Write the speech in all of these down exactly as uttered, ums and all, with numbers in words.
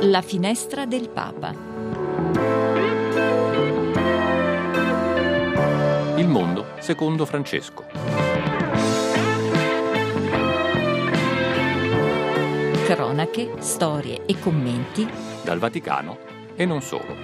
La finestra del Papa. Il mondo secondo Francesco. Cronache, storie e commenti Dal Vaticano e non solo.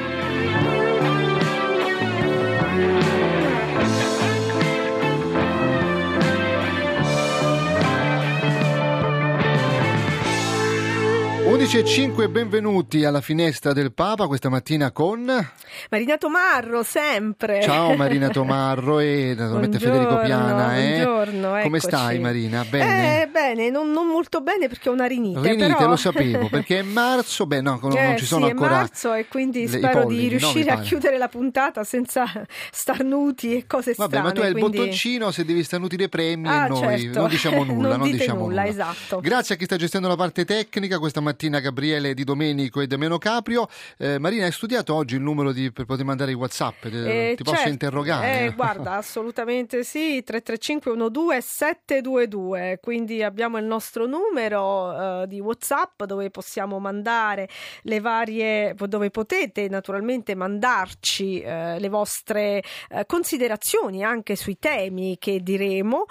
undici e cinque, benvenuti alla finestra del Papa questa mattina con Marina Tomarro, sempre. Ciao Marina Tomarro e naturalmente Buongiorno, Federico Piana. Eh? Buongiorno, Come eccoci. stai Marina? Bene? Eh, bene, non, non molto bene perché ho una rinite. Rinite, però... lo sapevo, perché è marzo, beh no, non eh, ci sono sì, ancora è marzo e quindi le, spero pollini, di riuscire no, a chiudere la puntata senza starnuti e cose Vabbè, strane. ma tu hai quindi... il bottoncino, se devi starnutire premi ah, e noi certo. non diciamo nulla. non, non dite diciamo nulla, nulla, esatto. Grazie a chi sta gestendo la parte tecnica, questa mattina Gabriele Di Domenico e Damiano Caprio. Eh, Marina, hai studiato oggi il numero di, per poter mandare i WhatsApp? Eh, Ti certo. posso interrogare? Eh, guarda, assolutamente sì, tre tre cinque uno due sette due due, quindi abbiamo il nostro numero uh, di WhatsApp dove possiamo mandare le varie, dove potete naturalmente mandarci uh, le vostre uh, considerazioni anche sui temi che diremo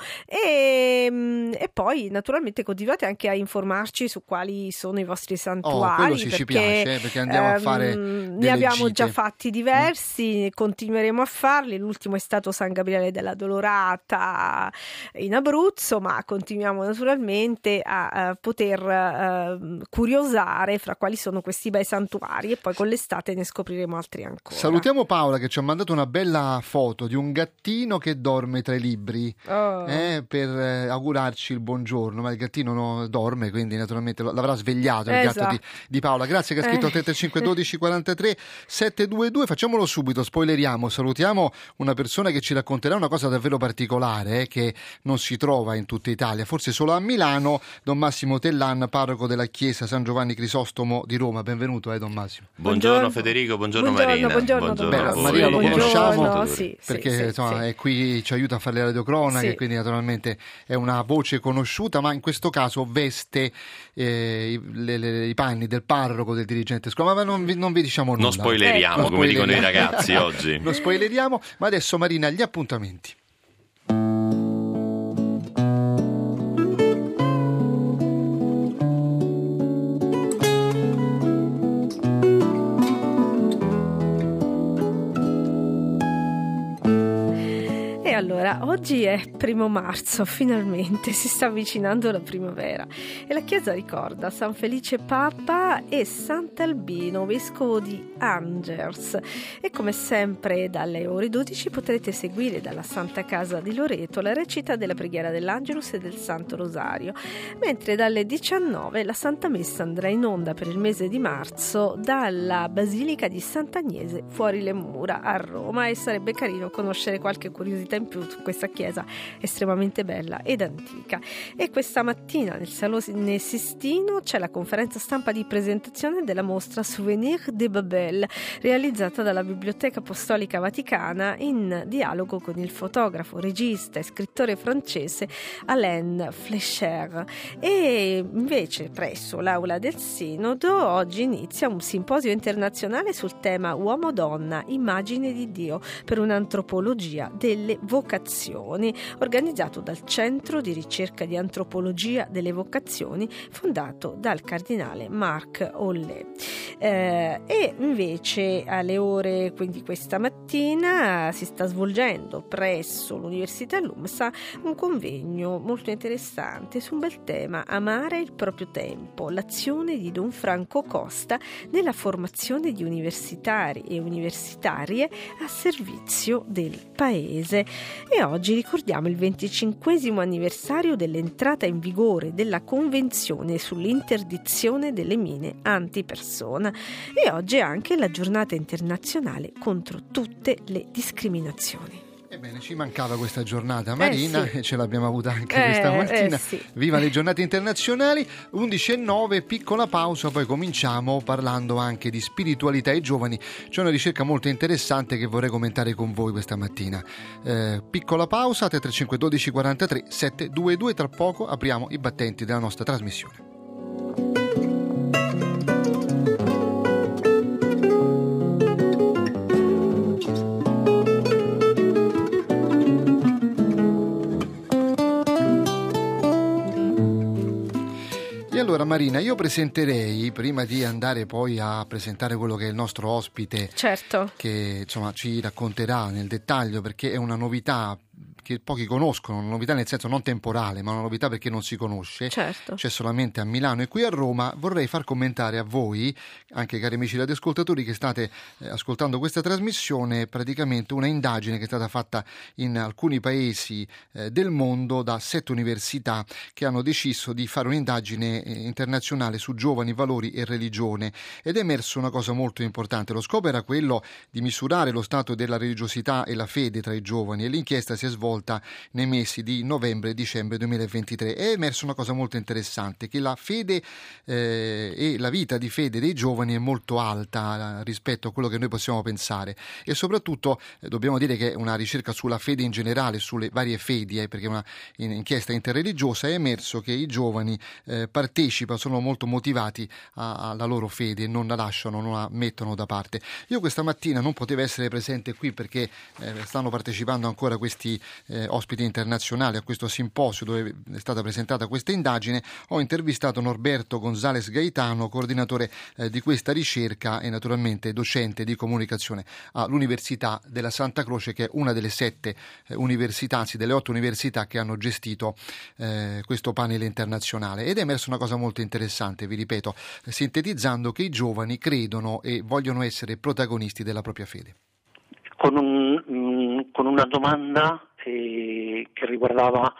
e, um, e poi naturalmente continuate anche a informarci su quali sono i vostri santuari. Oh, quello sì, perché, ci piace, eh, perché andiamo um, a fare ne abbiamo gite. già fatti diversi, mm. continueremo a farli. L'ultimo è stato San Gabriele della Dolorata in Abruzzo, ma continuiamo naturalmente a, a poter uh, curiosare fra quali sono questi bei santuari e poi con l'estate ne scopriremo altri ancora. Salutiamo Paola che ci ha mandato una bella foto di un gattino che dorme tra i libri oh. eh, per eh, augurarci il buongiorno, ma il gattino no, dorme, quindi naturalmente l'avrà svegliato il esatto. gatto di, di Paola. Grazie che ha scritto eh. tre tre cinque uno due quattro tre sette due due. Facciamolo subito, spoileriamo, salutiamo una persona che ci racconterà una cosa davvero particolare eh, che non si trova in tutta Italia, forse solo a Milano. Don Massimo Tellan, parroco della chiesa San Giovanni Crisostomo di Roma. Benvenuto eh Don Massimo. Buongiorno, buongiorno Federico, buongiorno, buongiorno Marina. Buongiorno, buongiorno, Beh, buongiorno Marina lo conosciamo sì, perché sì, insomma, sì. è qui, ci aiuta a fare le radiocronache, sì. quindi naturalmente è una voce conosciuta, ma in questo caso veste eh, i, le, le, i panni del parroco, del dirigente scuola, ma non vi, non vi diciamo nulla. Non spoileriamo, ecco. come dicono i ragazzi oggi. Lo spoileriamo, ma adesso Marina, gli appuntamenti. Allora, oggi è primo marzo, finalmente si sta avvicinando la primavera e la Chiesa ricorda San Felice Papa e Sant'Albino, vescovo di Angers. E come sempre dalle ore dodici potrete seguire dalla Santa Casa di Loreto la recita della preghiera dell'Angelus e del Santo Rosario, mentre dalle diciannove la Santa Messa andrà in onda per il mese di marzo dalla Basilica di Sant'Agnese fuori le mura a Roma, e sarebbe carino conoscere qualche curiosità in più su questa chiesa estremamente bella ed antica. E questa mattina nel Salone Sistino c'è la conferenza stampa di presentazione della mostra Souvenir de Babel, realizzata dalla Biblioteca Apostolica Vaticana in dialogo con il fotografo, regista e scrittore francese Alain Fleischer. E invece presso l'Aula del Sinodo oggi inizia un simposio internazionale sul tema uomo-donna, immagine di Dio, per un'antropologia delle vocazioni, organizzato dal Centro di ricerca di antropologia delle vocazioni fondato dal cardinale Marc Ollé. Eh, e invece alle ore, quindi questa mattina, si sta svolgendo presso l'Università LUMSA un convegno molto interessante su un bel tema: amare il proprio tempo, l'azione di Don Franco Costa nella formazione di universitari e universitarie a servizio del paese. E oggi ricordiamo il venticinquesimo anniversario dell'entrata in vigore della Convenzione sull'interdizione delle mine antipersona, e oggi è anche la giornata internazionale contro tutte le discriminazioni. Ebbene, ci mancava questa giornata, Marina, eh sì. e ce l'abbiamo avuta anche eh, questa mattina. Eh sì. Viva le giornate internazionali. undici e nove, piccola pausa, poi cominciamo parlando anche di spiritualità ai giovani. C'è una ricerca molto interessante che vorrei commentare con voi questa mattina. Eh, piccola pausa, tre tre cinque uno due quattro tre sette due due. Tra poco apriamo i battenti della nostra trasmissione. E allora Marina, io presenterei, prima di andare poi a presentare quello che è il nostro ospite, certo, che insomma ci racconterà nel dettaglio, perché è una novità che pochi conoscono, una novità nel senso non temporale, ma una novità perché non si conosce, certo. c'è solamente a Milano e qui a Roma. Vorrei far commentare a voi, anche cari amici radioascoltatori che state eh, ascoltando questa trasmissione, praticamente una indagine che è stata fatta in alcuni paesi eh, del mondo da sette università che hanno deciso di fare un'indagine eh, internazionale su giovani, valori e religione, ed è emerso una cosa molto importante. Lo scopo era quello di misurare lo stato della religiosità e la fede tra i giovani, e l'inchiesta si è svolta nei mesi di novembre e dicembre duemilaventitré. È emersa una cosa molto interessante, che la fede eh, e la vita di fede dei giovani è molto alta rispetto a quello che noi possiamo pensare, e soprattutto eh, dobbiamo dire che è una ricerca sulla fede in generale, sulle varie fedi, eh, perché è una inchiesta interreligiosa. È emerso che i giovani eh, partecipano, sono molto motivati a, alla loro fede e non la lasciano, non la mettono da parte. Io questa mattina non potevo essere presente qui perché eh, stanno partecipando ancora questi Eh, ospiti internazionali a questo simposio dove è stata presentata questa indagine. Ho intervistato Norberto González Gaetano, coordinatore eh, di questa ricerca e naturalmente docente di comunicazione all'Università della Santa Croce, che è una delle sette eh, università, anzi delle otto università che hanno gestito eh, questo panel internazionale. Ed è emersa una cosa molto interessante, vi ripeto, eh, sintetizzando, che i giovani credono e vogliono essere protagonisti della propria fede. Con, un, con una domanda eh, che riguardava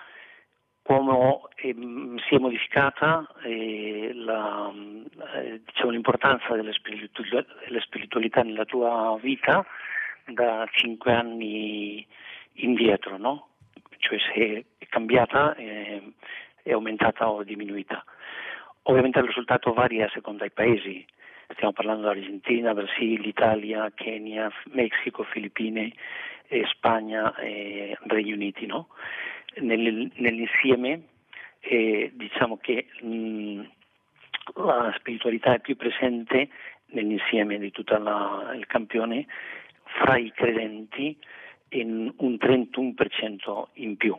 come eh, si è modificata eh, la, eh, diciamo, l'importanza della spiritualità, della spiritualità nella tua vita da cinque anni indietro, no? Cioè se è cambiata, eh, è aumentata o diminuita. Ovviamente il risultato varia a seconda dei paesi. Stiamo parlando di Argentina, Brasile, Italia, Kenya, Messico, Filippine, eh, Spagna e Regni Uniti, no? Nel, nell'insieme eh, diciamo che mh, la spiritualità è più presente nell'insieme di tutto il campione fra i credenti in un trentuno per cento in più,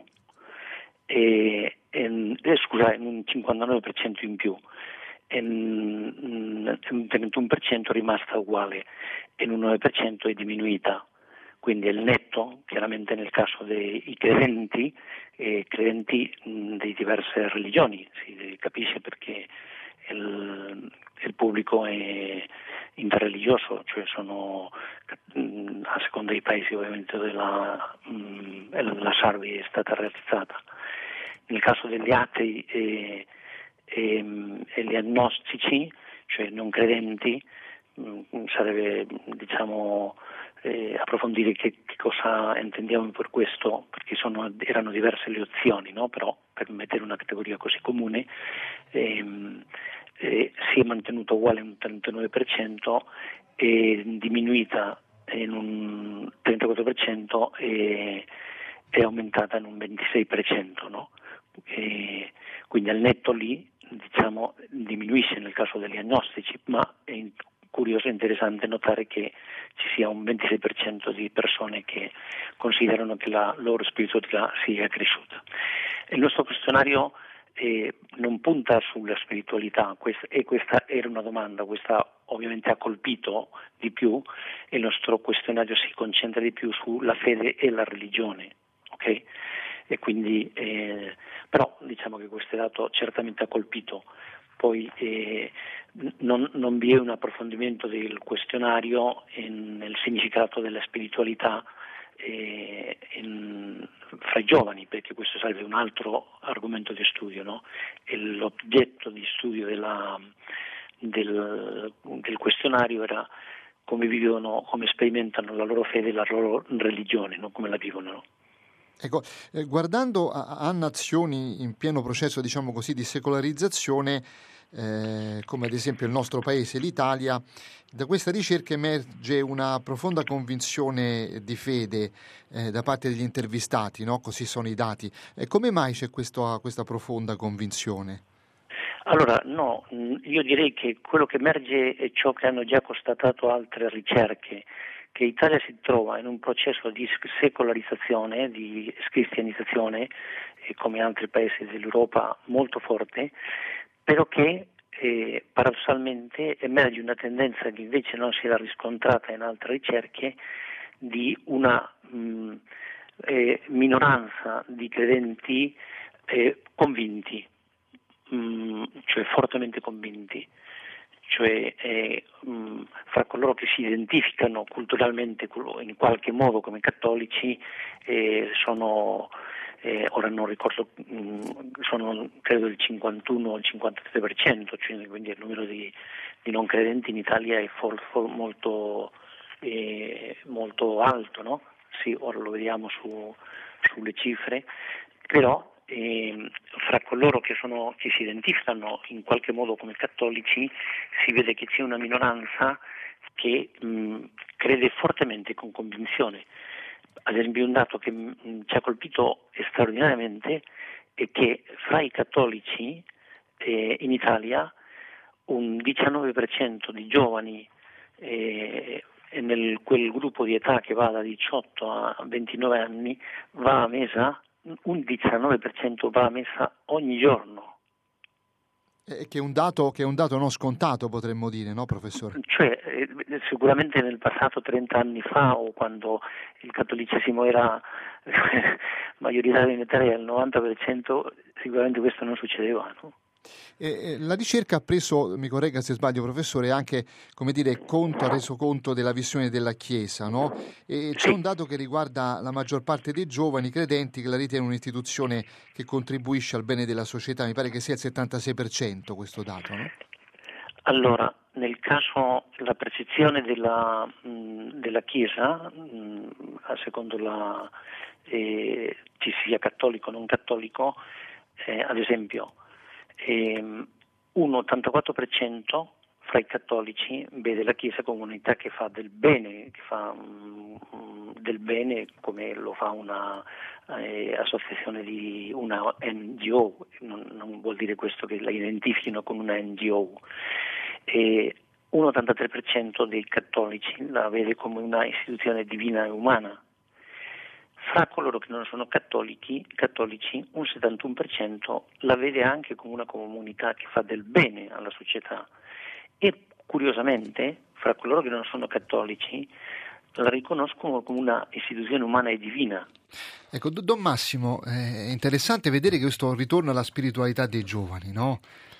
e, e, eh, scusa, in un cinquantanove per cento in più. Un trentuno per cento è rimasta uguale e un nove per cento è diminuita, quindi il netto, chiaramente nel caso dei credenti, eh, credenti mh, di diverse religioni, si capisce perché il, il pubblico è interreligioso, cioè sono mh, a seconda dei paesi ovviamente della, mh, la Sarvi è stata realizzata. Nel caso degli atei eh, E, e gli agnostici, cioè non credenti, mh, sarebbe diciamo eh, approfondire che, che cosa intendiamo per questo, perché sono, erano diverse le opzioni, no? Però per mettere una categoria così comune ehm, eh, si è mantenuto uguale in un trentanove per cento e diminuita in un trentaquattro per cento e è aumentata in un ventisei per cento, no? E quindi al netto lì diciamo diminuisce nel caso degli agnostici, ma è curioso e interessante notare che ci sia un ventisei per cento di persone che considerano che la loro spiritualità sia cresciuta. Il nostro questionario eh, non punta sulla spiritualità, questa, e questa era una domanda, questa ovviamente ha colpito di più, e il nostro questionario si concentra di più sulla fede e la religione, ok? E quindi eh, però diciamo che questo dato certamente ha colpito. Poi eh, non, non vi è un approfondimento del questionario in, nel significato della spiritualità eh, in, fra i giovani, perché questo sarebbe un altro argomento di studio, no? E l'oggetto di studio della, del, del questionario era come vivono, come sperimentano la loro fede e la loro religione, no? Come la vivono, no? Ecco, eh, guardando a, a nazioni in pieno processo, diciamo così, di secolarizzazione, eh, come ad esempio il nostro paese, l'Italia, da questa ricerca emerge una profonda convinzione di fede eh, da parte degli intervistati, no? Così sono i dati. E come mai c'è questo, questa profonda convinzione? Allora, no, io direi che quello che emerge è ciò che hanno già constatato altre ricerche, che l'Italia si trova in un processo di secolarizzazione, di cristianizzazione, eh, come altri paesi dell'Europa, molto forte, però che eh, paradossalmente emerge una tendenza che invece non si era riscontrata in altre ricerche di una mh, eh, minoranza di credenti eh, convinti, mh, cioè fortemente convinti, cioè eh, mh, fra coloro che si identificano culturalmente in qualche modo come cattolici eh, sono, eh, ora non ricordo, mh, sono credo il cinquantuno o il cinquantatré per cento, cioè, quindi il numero di, di non credenti in Italia è for, for molto, eh, molto alto, no? Sì, ora lo vediamo su, sulle cifre, però E fra coloro che, sono, che si identificano in qualche modo come cattolici si vede che c'è una minoranza che mh, crede fortemente con convinzione. Ad esempio un dato che mh, ci ha colpito straordinariamente è che fra i cattolici eh, in Italia un diciannove per cento di giovani eh, nel quel gruppo di età che va da diciotto a ventinove anni va a messa, un diciannove per cento va a messa ogni giorno. Eh, che è un dato che è un dato non scontato, potremmo dire, no, professore? Cioè, eh, sicuramente nel passato, trenta anni fa, o quando il cattolicesimo era maggioritario in Italia al novanta per cento, sicuramente questo non succedeva, no? Eh, la ricerca ha preso, mi corregga se sbaglio professore, anche, come dire, conto, ha reso conto della visione della Chiesa, no? E c'è un dato che riguarda la maggior parte dei giovani credenti che la ritiene un'istituzione che contribuisce al bene della società, mi pare che sia il settantasei per cento questo dato, no? Allora, nel caso la percezione della, mh, della Chiesa, mh, a secondo la eh, ci sia cattolico o non cattolico, eh, ad esempio ehm, un ottantaquattro per cento fra i cattolici vede la Chiesa come un'unità che fa del bene, che fa mh, del bene come lo fa una eh, associazione di una N G O, non, non vuol dire questo che la identifichino con una N G O. E un ottantatré per cento dei cattolici la vede come una istituzione divina e umana. Fra coloro che non sono cattolici, cattolici un settantuno per cento la vede anche come una comunità che fa del bene alla società e curiosamente fra coloro che non sono cattolici la riconoscono come una istituzione umana e divina. Ecco, Don Massimo, è interessante vedere questo ritorno alla spiritualità dei giovani, no?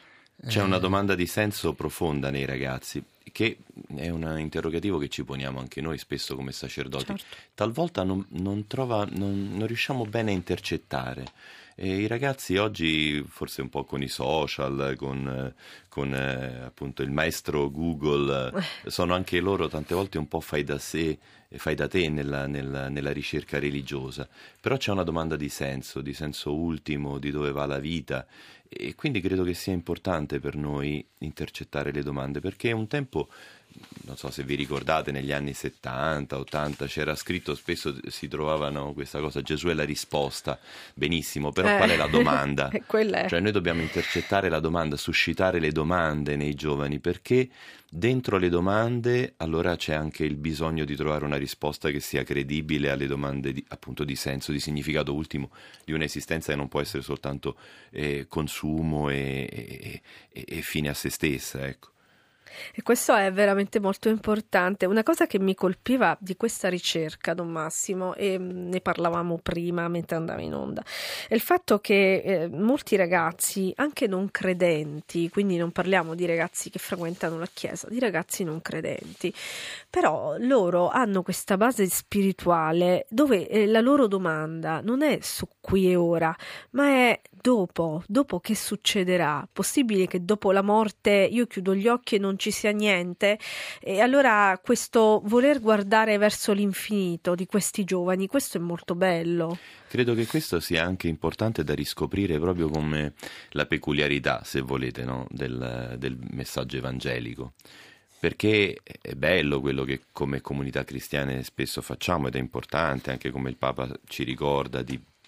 C'è una domanda di senso profonda nei ragazzi, che è un interrogativo che ci poniamo anche noi spesso come sacerdoti. Certo. Talvolta non, non, trova, non, non riusciamo bene a intercettare. E i ragazzi oggi, forse un po' con i social, con, con eh, appunto il maestro Google, sono anche loro tante volte un po' fai da sé, fai da te nella, nella, nella ricerca religiosa. Però c'è una domanda di senso, di senso ultimo, di dove va la vita. E quindi credo che sia importante per noi intercettare le domande, perché un tempo, non so se vi ricordate, negli anni settanta, ottanta c'era scritto, spesso si trovavano questa cosa, Gesù è la risposta, benissimo, però eh. qual è la domanda? è. Cioè noi dobbiamo intercettare la domanda, suscitare le domande nei giovani, perché dentro le domande allora c'è anche il bisogno di trovare una risposta che sia credibile alle domande di, appunto di senso, di significato ultimo di un'esistenza che non può essere soltanto eh, consumo e, e, e, e fine a se stessa, ecco. E questo è veramente molto importante. Una cosa che mi colpiva di questa ricerca, Don Massimo, e ne parlavamo prima mentre andava in onda, è il fatto che eh, molti ragazzi, anche non credenti, quindi non parliamo di ragazzi che frequentano la chiesa, di ragazzi non credenti, però loro hanno questa base spirituale dove eh, la loro domanda non è su qui e ora, ma è dopo, dopo che succederà? Possibile che dopo la morte io chiudo gli occhi e non ci sia niente? E allora questo voler guardare verso l'infinito di questi giovani, questo è molto bello. Credo che questo sia anche importante da riscoprire proprio come la peculiarità, se volete, no? del, del messaggio evangelico. Perché è bello quello che come comunità cristiane spesso facciamo ed è importante, anche come il Papa ci ricorda, di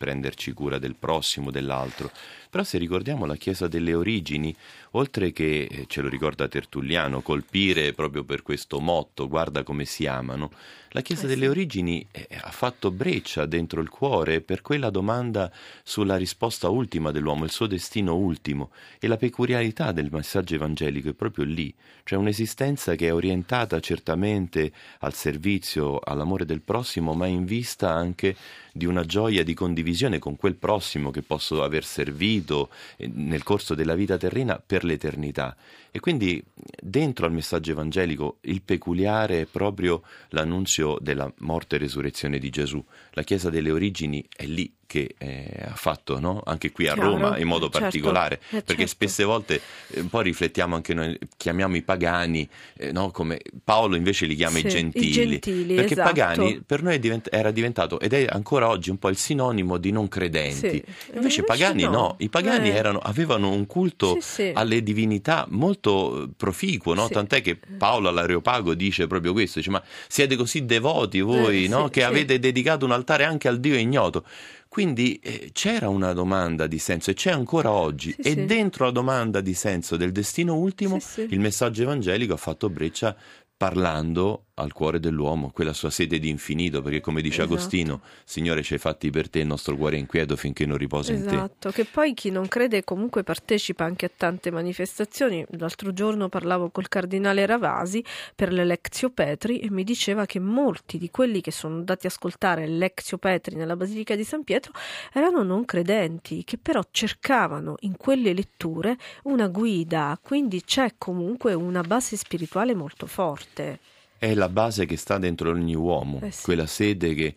prenderci cura del prossimo, dell'altro. Però se ricordiamo la Chiesa delle origini, oltre che, eh, ce lo ricorda Tertulliano, colpire proprio per questo motto, guarda come si amano, la Chiesa Eh delle sì. origini eh, ha fatto breccia dentro il cuore per quella domanda sulla risposta ultima dell'uomo, il suo destino ultimo. E la peculiarità del messaggio evangelico è proprio lì, cioè un'esistenza che è orientata certamente al servizio, all'amore del prossimo, ma in vista anche di una gioia di condivisione con quel prossimo che posso aver servito eh, nel corso della vita terrena per l'eternità. E quindi dentro al messaggio evangelico il peculiare è proprio l'annunzio della morte e resurrezione di Gesù. La Chiesa delle origini è lì che eh, ha fatto, no? Anche qui a Chiaro, Roma in modo certo, particolare, eh, perché certo. spesse volte eh, un po' riflettiamo anche noi, chiamiamo i pagani, eh, no? Come Paolo invece li chiama Sì, i gentili, i gentili, perché esatto. pagani per noi è divent- era diventato ed è ancora oggi un po' il sinonimo di non credenti. Sì. Invece Invece i pagani no, no. i pagani Eh. erano, avevano un culto Sì, sì. alle divinità molto proficuo, no? Sì. Tant'è che Paolo all'Areopago dice proprio questo, dice: ma siete così devoti voi, Eh, no? sì, Che sì. avete dedicato un altare anche al Dio ignoto. Quindi eh, c'era una domanda di senso e c'è ancora oggi, Sì, e sì. dentro la domanda di senso del destino ultimo Sì, sì. il messaggio evangelico ha fatto breccia parlando al cuore dell'uomo, quella sua sede di infinito, perché come dice Esatto. Agostino, Signore ci hai fatti per te, il nostro cuore è inquieto finché non riposa in te. Esatto, che poi chi non crede comunque partecipa anche a tante manifestazioni. L'altro giorno parlavo col cardinale Ravasi per l'Electio Petri e mi diceva che molti di quelli che sono andati a ascoltare l'Electio Petri nella Basilica di San Pietro erano non credenti, che però cercavano in quelle letture una guida, quindi c'è comunque una base spirituale molto forte. È la base che sta dentro ogni uomo, Eh sì. quella sede che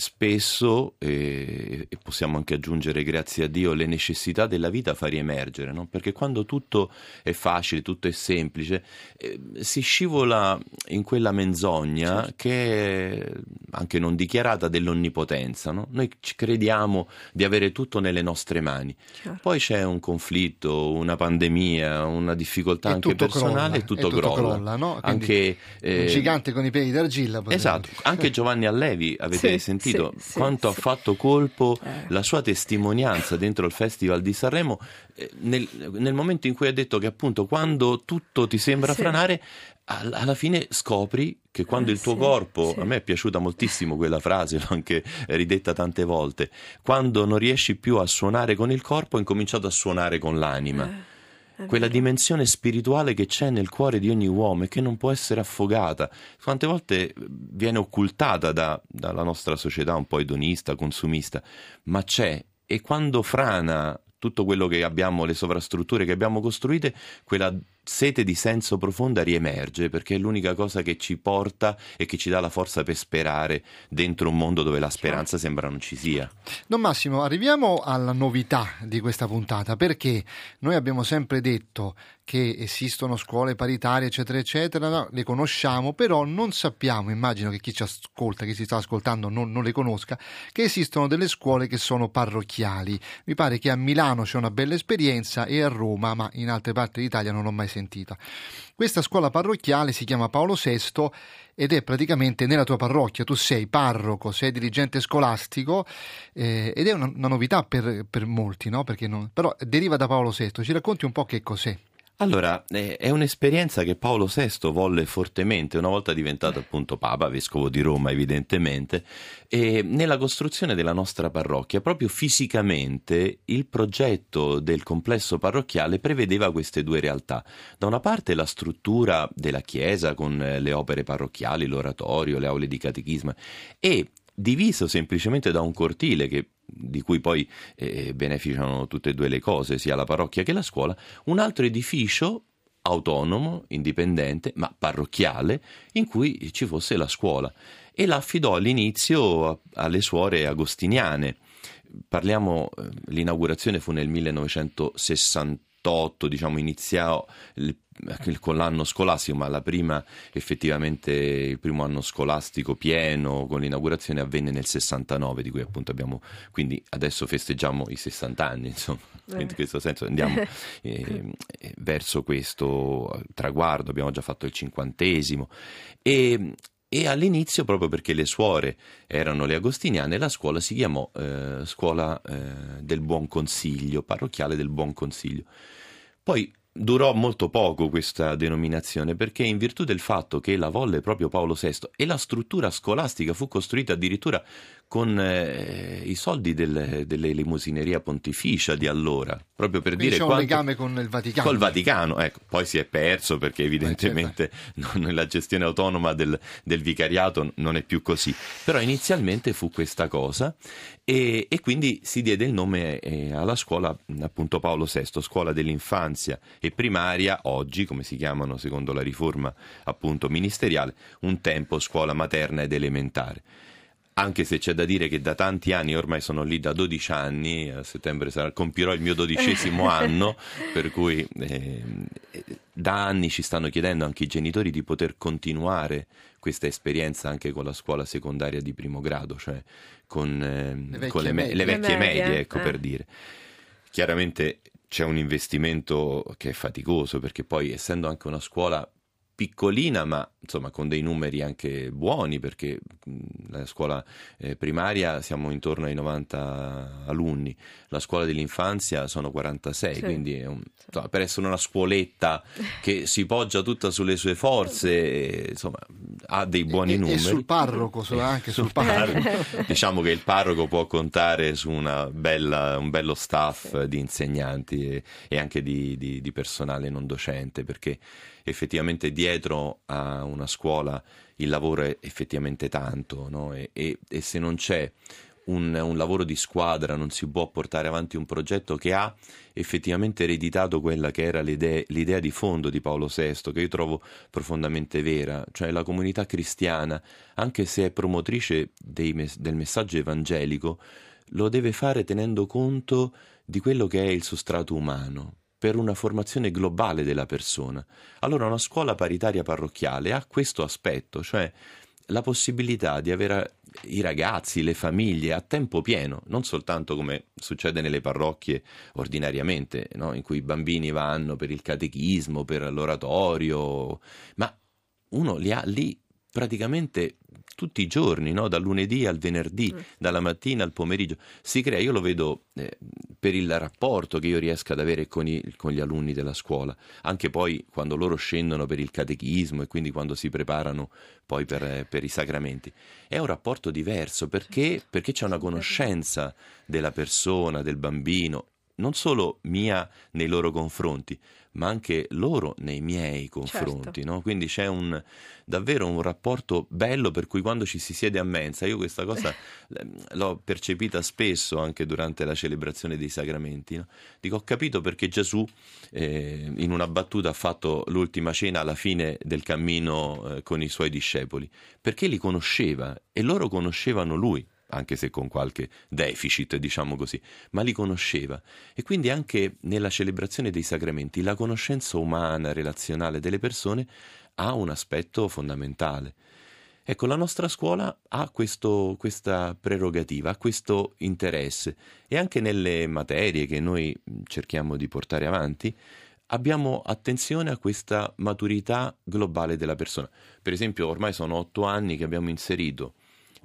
spesso, eh, e possiamo anche aggiungere grazie a Dio, le necessità della vita fa riemergere, no? Perché quando tutto è facile, tutto è semplice, eh, si scivola in quella menzogna, Certo. che è anche non dichiarata, dell'onnipotenza, no? Noi ci crediamo di avere tutto nelle nostre mani. Chiaro. Poi c'è un conflitto, una pandemia, una difficoltà E anche tutto personale, crolla, e tutto, e tutto crolla. crolla, no? Quindi Anche eh, un gigante con i piedi d'argilla. potrebbe esatto, dire. anche Giovanni Allevi, avete Sì, sentito sì, sì, quanto sì. ha fatto colpo Eh. la sua testimonianza dentro il Festival di Sanremo, eh, nel, nel momento in cui ha detto che appunto quando tutto ti sembra Sì. franare, al- alla fine scopri che quando Eh, il tuo sì, corpo, sì. a me è piaciuta moltissimo quella frase, l'ho anche ridetta tante volte, quando non riesci più a suonare con il corpo, hai incominciato a suonare con l'anima. Eh, è Quella vero. dimensione spirituale che c'è nel cuore di ogni uomo e che non può essere affogata, quante volte viene occultata da- dalla nostra società un po' edonista, consumista, ma c'è, e quando frana tutto quello che abbiamo, le sovrastrutture che abbiamo costruite, quella sete di senso profonda riemerge, perché è l'unica cosa che ci porta e che ci dà la forza per sperare dentro un mondo dove la speranza sembra non ci sia. Don Massimo, arriviamo alla novità di questa puntata, perché noi abbiamo sempre detto che esistono scuole paritarie, eccetera, eccetera, no? Le conosciamo, però non sappiamo, immagino che chi ci ascolta, chi si sta ascoltando non, non le conosca, che esistono delle scuole che sono parrocchiali. Mi pare che a Milano c'è una bella esperienza e a Roma, ma in altre parti d'Italia non l'ho mai sentita. Questa scuola parrocchiale si chiama Paolo sesto ed è praticamente nella tua parrocchia. Tu sei parroco, sei dirigente scolastico eh, ed è una, una novità per, per molti, no? Perché non, però deriva da Paolo sesto. Ci racconti un po' che cos'è? Allora, eh, è un'esperienza che Paolo sesto volle fortemente, una volta diventato appunto Papa, Vescovo di Roma evidentemente, e nella costruzione della nostra parrocchia, proprio fisicamente, il progetto del complesso parrocchiale prevedeva queste due realtà. Da una parte la struttura della chiesa con eh, le opere parrocchiali, l'oratorio, le aule di catechismo, e diviso semplicemente da un cortile che di cui poi eh, beneficiano tutte e due le cose, sia la parrocchia che la scuola, un altro edificio autonomo, indipendente, ma parrocchiale, in cui ci fosse la scuola, e la affidò all'inizio a, alle suore agostiniane. Parliamo, eh, l'inaugurazione fu nel millenovecentosessantotto, diciamo iniziò il con l'anno scolastico, ma la prima effettivamente il primo anno scolastico pieno con l'inaugurazione avvenne nel sessantanove, di cui appunto abbiamo, quindi adesso festeggiamo i sessanta anni, insomma, Eh. in questo senso andiamo eh, verso questo traguardo, abbiamo già fatto il cinquantesimo, e E all'inizio, proprio perché le suore erano le agostiniane, la scuola si chiamò eh, Scuola eh, del Buon Consiglio, parrocchiale del Buon Consiglio. Poi durò molto poco questa denominazione, perché in virtù del fatto che la volle proprio Paolo sesto e la struttura scolastica fu costruita addirittura con eh, i soldi del, dell'elemosineria pontificia di allora, proprio per Quindi dire c'è un quanto... legame con il Vaticano. Col Vaticano, ecco, poi si è perso perché evidentemente non, la gestione autonoma del, del vicariato non è più così, però inizialmente fu questa cosa e, e quindi si diede il nome eh, alla scuola appunto Paolo sesto, scuola dell'infanzia e primaria, oggi come si chiamano secondo la riforma appunto ministeriale, un tempo scuola materna ed elementare. Anche se c'è da dire che da tanti anni, ormai sono lì da dodici anni, a settembre sarà, compirò il mio dodicesimo anno, per cui eh, da anni ci stanno chiedendo anche i genitori di poter continuare questa esperienza anche con la scuola secondaria di primo grado, cioè con eh, le, con le, me- le vecchie medie, medie ecco eh. per dire. Chiaramente c'è un investimento che è faticoso, perché poi essendo anche una scuola piccolina ma insomma con dei numeri anche buoni, perché la scuola eh, primaria siamo intorno ai novanta alunni, la scuola dell'infanzia sono quarantasei, sì. Quindi è un, insomma, per essere una scuoletta che si poggia tutta sulle sue forze, insomma ha dei buoni e, numeri. E sul parroco, anche sul, sul parroco. parroco. Diciamo che il parroco può contare su una bella, un bello staff di insegnanti e, e anche di, di, di personale non docente, perché effettivamente dietro a una scuola il lavoro è effettivamente tanto, no? e, e, e se non c'è un, un lavoro di squadra non si può portare avanti un progetto che ha effettivamente ereditato quella che era l'idea, l'idea di fondo di Paolo sesto, che io trovo profondamente vera, cioè la comunità cristiana, anche se è promotrice dei, del messaggio evangelico, lo deve fare tenendo conto di quello che è il sostrato umano, per una formazione globale della persona. Allora una scuola paritaria parrocchiale ha questo aspetto, cioè la possibilità di avere i ragazzi, le famiglie a tempo pieno, non soltanto come succede nelle parrocchie ordinariamente, no? In cui i bambini vanno per il catechismo, per l'oratorio, ma uno li ha lì praticamente tutti i giorni, no? Dal lunedì al venerdì, mm. dalla mattina al pomeriggio. Si crea, io lo vedo eh, per il rapporto che io riesco ad avere con, i, con gli alunni della scuola, anche poi quando loro scendono per il catechismo e quindi quando si preparano poi per, per i sacramenti. È un rapporto diverso, perché? Perché c'è una conoscenza della persona, del bambino, non solo mia nei loro confronti, ma anche loro nei miei confronti, certo. No? Quindi c'è un davvero un rapporto bello, per cui quando ci si siede a mensa, io questa cosa l'ho percepita spesso anche durante la celebrazione dei sacramenti, no? Dico, ho capito perché Gesù eh, in una battuta ha fatto l'ultima cena alla fine del cammino eh, con i suoi discepoli, perché li conosceva e loro conoscevano lui, anche se con qualche deficit, diciamo così, ma li conosceva. E quindi anche nella celebrazione dei sacramenti la conoscenza umana, relazionale delle persone ha un aspetto fondamentale. Ecco, la nostra scuola ha questo, questa prerogativa, ha questo interesse, e anche nelle materie che noi cerchiamo di portare avanti abbiamo attenzione a questa maturità globale della persona. Per esempio, ormai sono otto anni che abbiamo inserito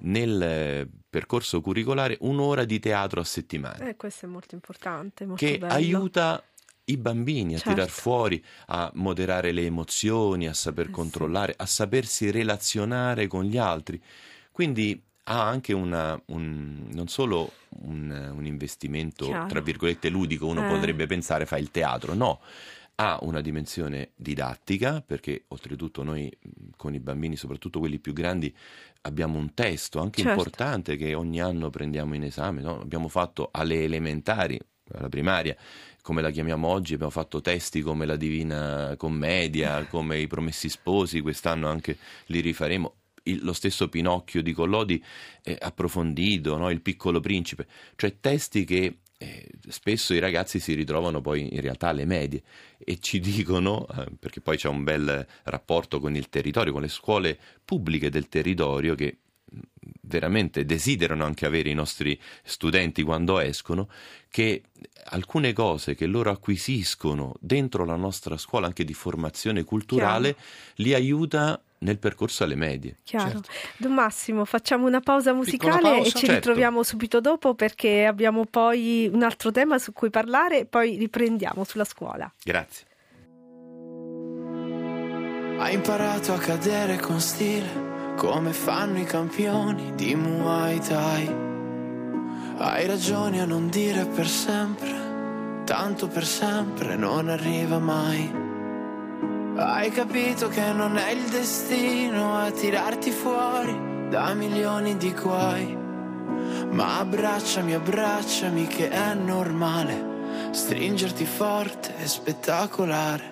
nel percorso curricolare un'ora di teatro a settimana. Eh, questo è molto importante, molto che bello. Aiuta i bambini a certo. tirar fuori, a moderare le emozioni, a saper eh, controllare, sì. a sapersi relazionare con gli altri. Quindi ha anche una, un, non solo un, un investimento, Chiaro. tra virgolette, ludico, uno eh. potrebbe pensare fa il teatro, no. Ha una dimensione didattica, perché oltretutto noi con i bambini, soprattutto quelli più grandi, abbiamo un testo anche certo. importante che ogni anno prendiamo in esame, no? Abbiamo fatto alle elementari, alla primaria, come la chiamiamo oggi, abbiamo fatto testi come la Divina Commedia, come i Promessi Sposi, quest'anno anche li rifaremo. Il, lo stesso Pinocchio di Collodi eh, approfondito, no? Il Piccolo Principe, cioè testi che Eh, spesso i ragazzi si ritrovano poi in realtà alle medie e ci dicono, eh, perché poi c'è un bel rapporto con il territorio, con le scuole pubbliche del territorio, che veramente desiderano anche avere i nostri studenti quando escono, che alcune cose che loro acquisiscono dentro la nostra scuola, anche di formazione culturale, Chiaro. li aiuta nel percorso alle medie. Chiaro. Certo. Don Massimo, facciamo una pausa musicale pausa? e ci Certo. ritroviamo subito dopo, perché abbiamo poi un altro tema su cui parlare e poi riprendiamo sulla scuola. Grazie. Hai imparato a cadere con stile, come fanno i campioni di Muay Thai. Hai ragione a non dire per sempre, tanto per sempre non arriva mai. Hai capito che non è il destino a tirarti fuori da milioni di guai. Ma abbracciami, abbracciami che è normale stringerti forte e spettacolare.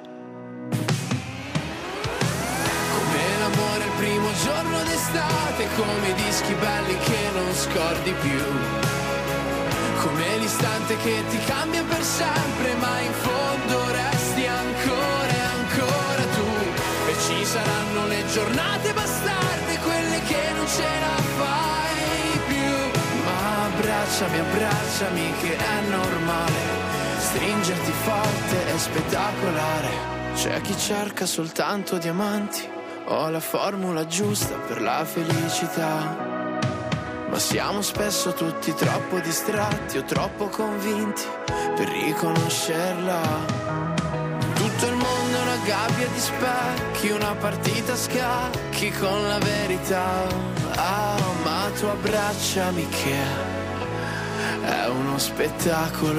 Come l'amore il primo giorno d'estate, come i dischi belli che non scordi più. Come l'istante che ti cambia per sempre, ma in fondo resti ancora e ancora tu. E ci saranno le giornate bastarde, quelle che non ce la fai più. Ma abbracciami, abbracciami che è normale stringerti forte è spettacolare. C'è chi cerca soltanto diamanti, ho la formula giusta per la felicità. Ma siamo spesso tutti troppo distratti o troppo convinti per riconoscerla. Tutto il mondo è una gabbia di specchi, una partita a scacchi con la verità. Ah, ma tu abbracciami che è uno spettacolo.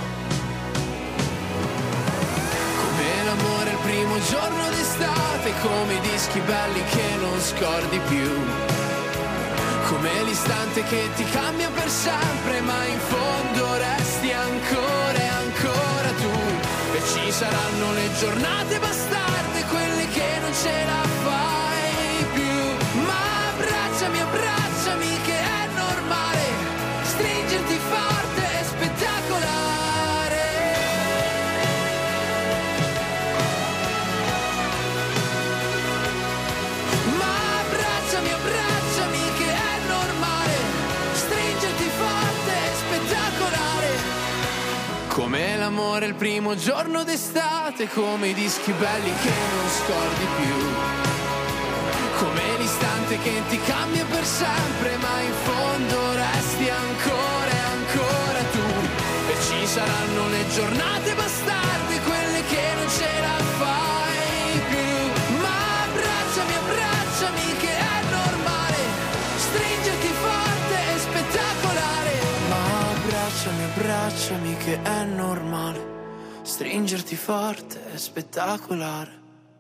Come l'amore il primo giorno d'estate, come i dischi belli che non scordi più. Come l'istante che ti cambia per sempre, ma in fondo resti ancora e ancora tu. E ci saranno le giornate bastarde, quelle che non ce la fai più. Ma abbracciami, abbracciami che è normale stringerti forte e spettacolare. Ma abbracciami, abbracciami che è normale stringerti forte e spettacolare. Come l'amore il primo giorno d'estate, come i dischi belli che non scordi più. Come l'istante che ti cambia per sempre, ma in fondo resti ancora e ancora tu. E ci saranno le giornate bastarde, quelle che non ce la fai più. Ma abbracciami, abbracciami che è normale stringerti forte e spettacolare. Ma abbracciami, abbracciami che è normale stringerti forte e spettacolare.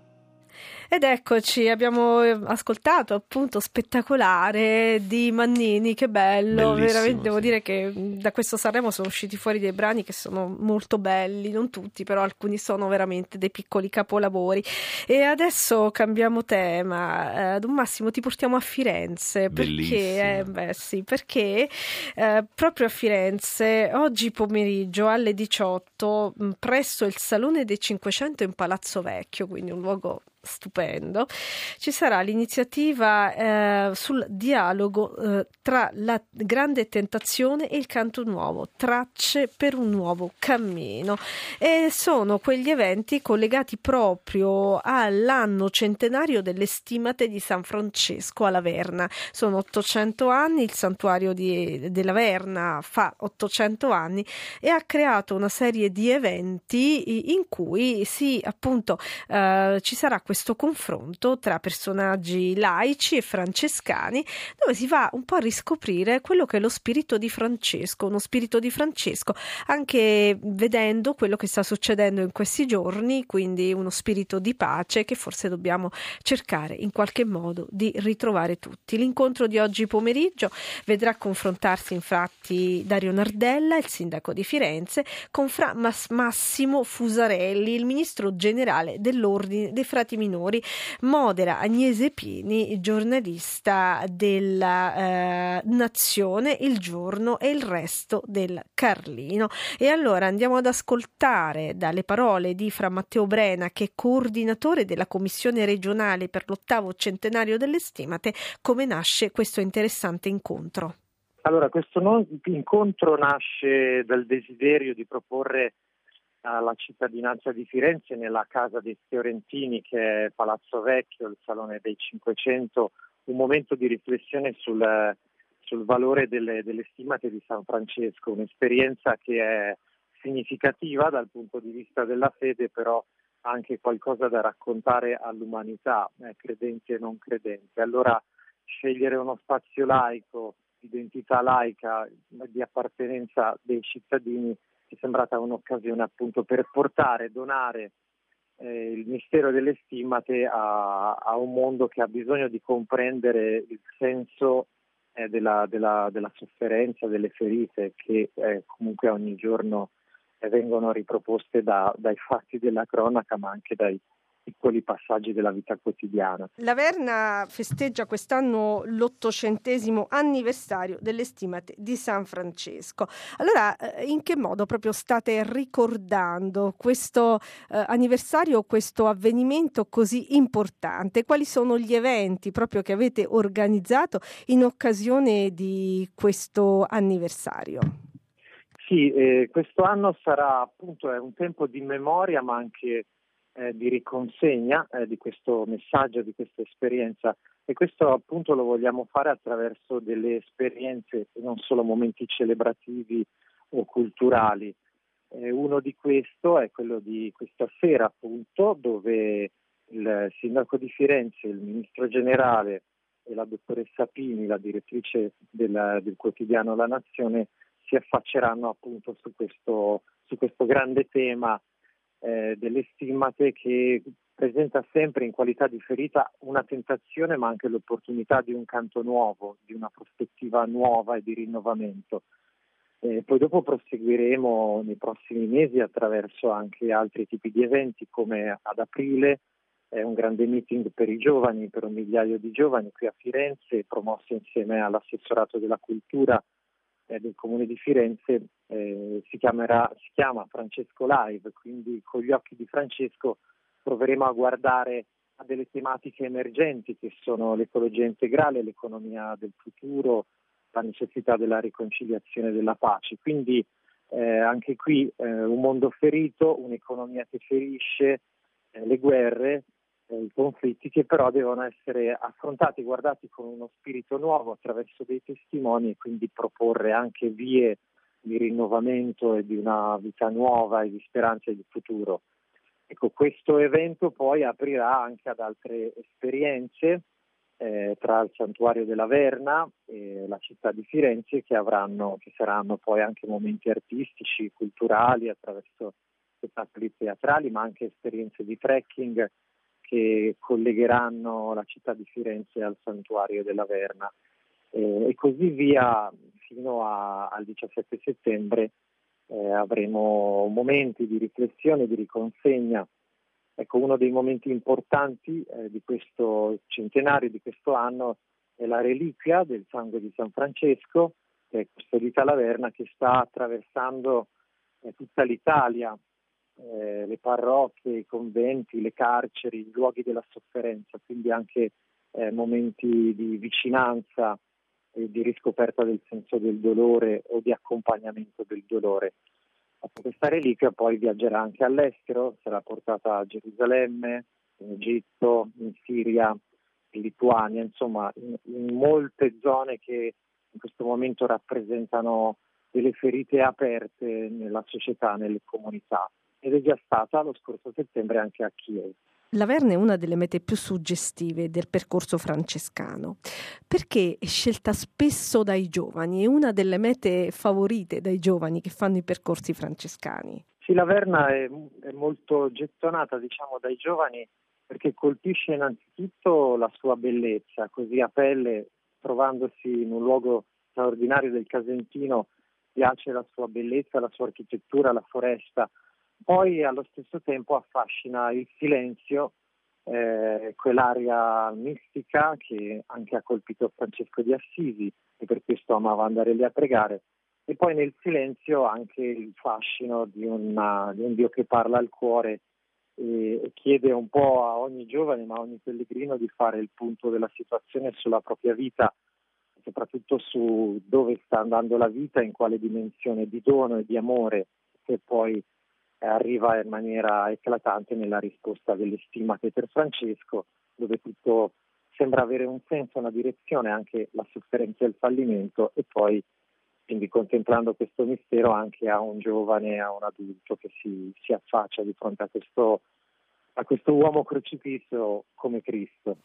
Ed eccoci, abbiamo ascoltato appunto Spettacolare di Mannini, che bello. Bellissimo, veramente devo sì. dire che da questo Sanremo sono usciti fuori dei brani che sono molto belli, non tutti, però alcuni sono veramente dei piccoli capolavori. E adesso cambiamo tema. Eh, Don Massimo, ti portiamo a Firenze, perché, eh, beh, sì, perché eh, proprio a Firenze oggi pomeriggio alle diciotto mh, presso il Salone dei Cinquecento in Palazzo Vecchio, quindi un luogo stupendo, ci sarà l'iniziativa eh, sul dialogo eh, tra la grande tentazione e il canto nuovo, tracce per un nuovo cammino, e sono quegli eventi collegati proprio all'anno centenario delle Stimate di San Francesco alla Verna. Sono ottocento anni, il santuario di, della Verna fa ottocento anni e ha creato una serie di eventi in cui si appunto eh, ci sarà questo questo confronto tra personaggi laici e francescani, dove si va un po' a riscoprire quello che è lo spirito di Francesco, uno spirito di Francesco anche vedendo quello che sta succedendo in questi giorni, quindi uno spirito di pace che forse dobbiamo cercare in qualche modo di ritrovare tutti. L'incontro di oggi pomeriggio vedrà confrontarsi infatti Dario Nardella, il sindaco di Firenze, con Fra Massimo Fusarelli, il ministro generale dell'Ordine dei Frati Minori, modera Agnese Pini, giornalista della eh, Nazione, Il Giorno e il Resto del Carlino. E allora andiamo ad ascoltare dalle parole di Fra Matteo Brena, che è coordinatore della Commissione regionale per l'ottavo centenario delle Stimate, come nasce questo interessante incontro. Allora, questo incontro nasce dal desiderio di proporre alla cittadinanza di Firenze nella casa dei Fiorentini, che è Palazzo Vecchio, il Salone dei Cinquecento, un momento di riflessione sul, sul valore delle, delle stimmate di San Francesco, un'esperienza che è significativa dal punto di vista della fede, però anche qualcosa da raccontare all'umanità, eh, credente e non credente. Allora scegliere uno spazio laico, identità laica, di appartenenza dei cittadini, è sembrata un'occasione appunto per portare, donare eh, il mistero delle stimmate a, a un mondo che ha bisogno di comprendere il senso eh, della, della, della sofferenza, delle ferite che eh, comunque ogni giorno eh, vengono riproposte da, dai fatti della cronaca, ma anche dai piccoli passaggi della vita quotidiana. La Verna festeggia quest'anno l'ottocentesimo anniversario delle stimmate di San Francesco. Allora, in che modo proprio state ricordando questo eh, anniversario, questo avvenimento così importante? Quali sono gli eventi proprio che avete organizzato in occasione di questo anniversario? Sì, eh, questo anno sarà appunto è un tempo di memoria, ma anche Eh, di riconsegna eh, di questo messaggio, di questa esperienza, e questo appunto lo vogliamo fare attraverso delle esperienze, non solo momenti celebrativi o culturali. Eh, uno di questo è quello di questa sera appunto, dove il sindaco di Firenze, il ministro generale e la dottoressa Pini, la direttrice del, del quotidiano La Nazione, si affacceranno appunto su questo, su questo grande tema Eh, delle stimmate, che presenta sempre in qualità di ferita una tentazione, ma anche l'opportunità di un canto nuovo, di una prospettiva nuova e di rinnovamento. Eh, poi dopo proseguiremo nei prossimi mesi attraverso anche altri tipi di eventi, come ad aprile è un grande meeting per i giovani, per un migliaio di giovani qui a Firenze, promosso insieme all'assessorato della cultura del Comune di Firenze. Eh, si chiamerà si chiama Francesco Live, quindi con gli occhi di Francesco proveremo a guardare a delle tematiche emergenti che sono l'ecologia integrale, l'economia del futuro, la necessità della riconciliazione e della pace. Quindi eh, anche qui eh, un mondo ferito, un'economia che ferisce, eh, le guerre, i conflitti, che però devono essere affrontati, guardati con uno spirito nuovo attraverso dei testimoni, e quindi proporre anche vie di rinnovamento e di una vita nuova e di speranza e di futuro. Ecco, questo evento poi aprirà anche ad altre esperienze eh, tra il Santuario della Verna e la città di Firenze, che avranno, che saranno poi anche momenti artistici, culturali, attraverso spettacoli teatrali, ma anche esperienze di trekking che collegheranno la città di Firenze al Santuario della Verna, eh, e così via fino a, al diciassette settembre. Eh, avremo momenti di riflessione, di riconsegna. Ecco, uno dei momenti importanti eh, di questo centenario, di questo anno, è la reliquia del sangue di San Francesco, che è custodita alla Verna, che sta attraversando eh, tutta l'Italia. Eh, le parrocchie, i conventi, le carceri, i luoghi della sofferenza, quindi anche eh, momenti di vicinanza e di riscoperta del senso del dolore o di accompagnamento del dolore. Questa reliquia poi viaggerà anche all'estero, sarà portata a Gerusalemme, in Egitto, in Siria, in Lituania, insomma in, in molte zone che in questo momento rappresentano delle ferite aperte nella società, nelle comunità. Ed è già stata lo scorso settembre anche a Kiev. La Verna è una delle mete più suggestive del percorso francescano, perché è scelta spesso dai giovani, è una delle mete favorite dai giovani che fanno i percorsi francescani. Sì, la Verna è, è molto gettonata, diciamo, dai giovani, perché colpisce innanzitutto la sua bellezza, così a pelle, trovandosi in un luogo straordinario del Casentino, piace la sua bellezza, la sua architettura, la foresta. Poi allo stesso tempo affascina il silenzio, eh, quell'aria mistica che anche ha colpito Francesco di Assisi, e per questo amava andare lì a pregare, e poi nel silenzio anche il fascino di, una, di un Dio che parla al cuore e, e chiede un po' a ogni giovane, ma a ogni pellegrino, di fare il punto della situazione sulla propria vita, soprattutto su dove sta andando la vita, in quale dimensione di dono e di amore, che poi eh, arriva in maniera eclatante nella risposta delle stigmate per Francesco, dove tutto sembra avere un senso, una direzione, anche la sofferenza e il fallimento, e poi quindi contemplando questo mistero anche a un giovane, a un adulto che si, si affaccia di fronte a questo, a questo uomo crocifisso come Cristo.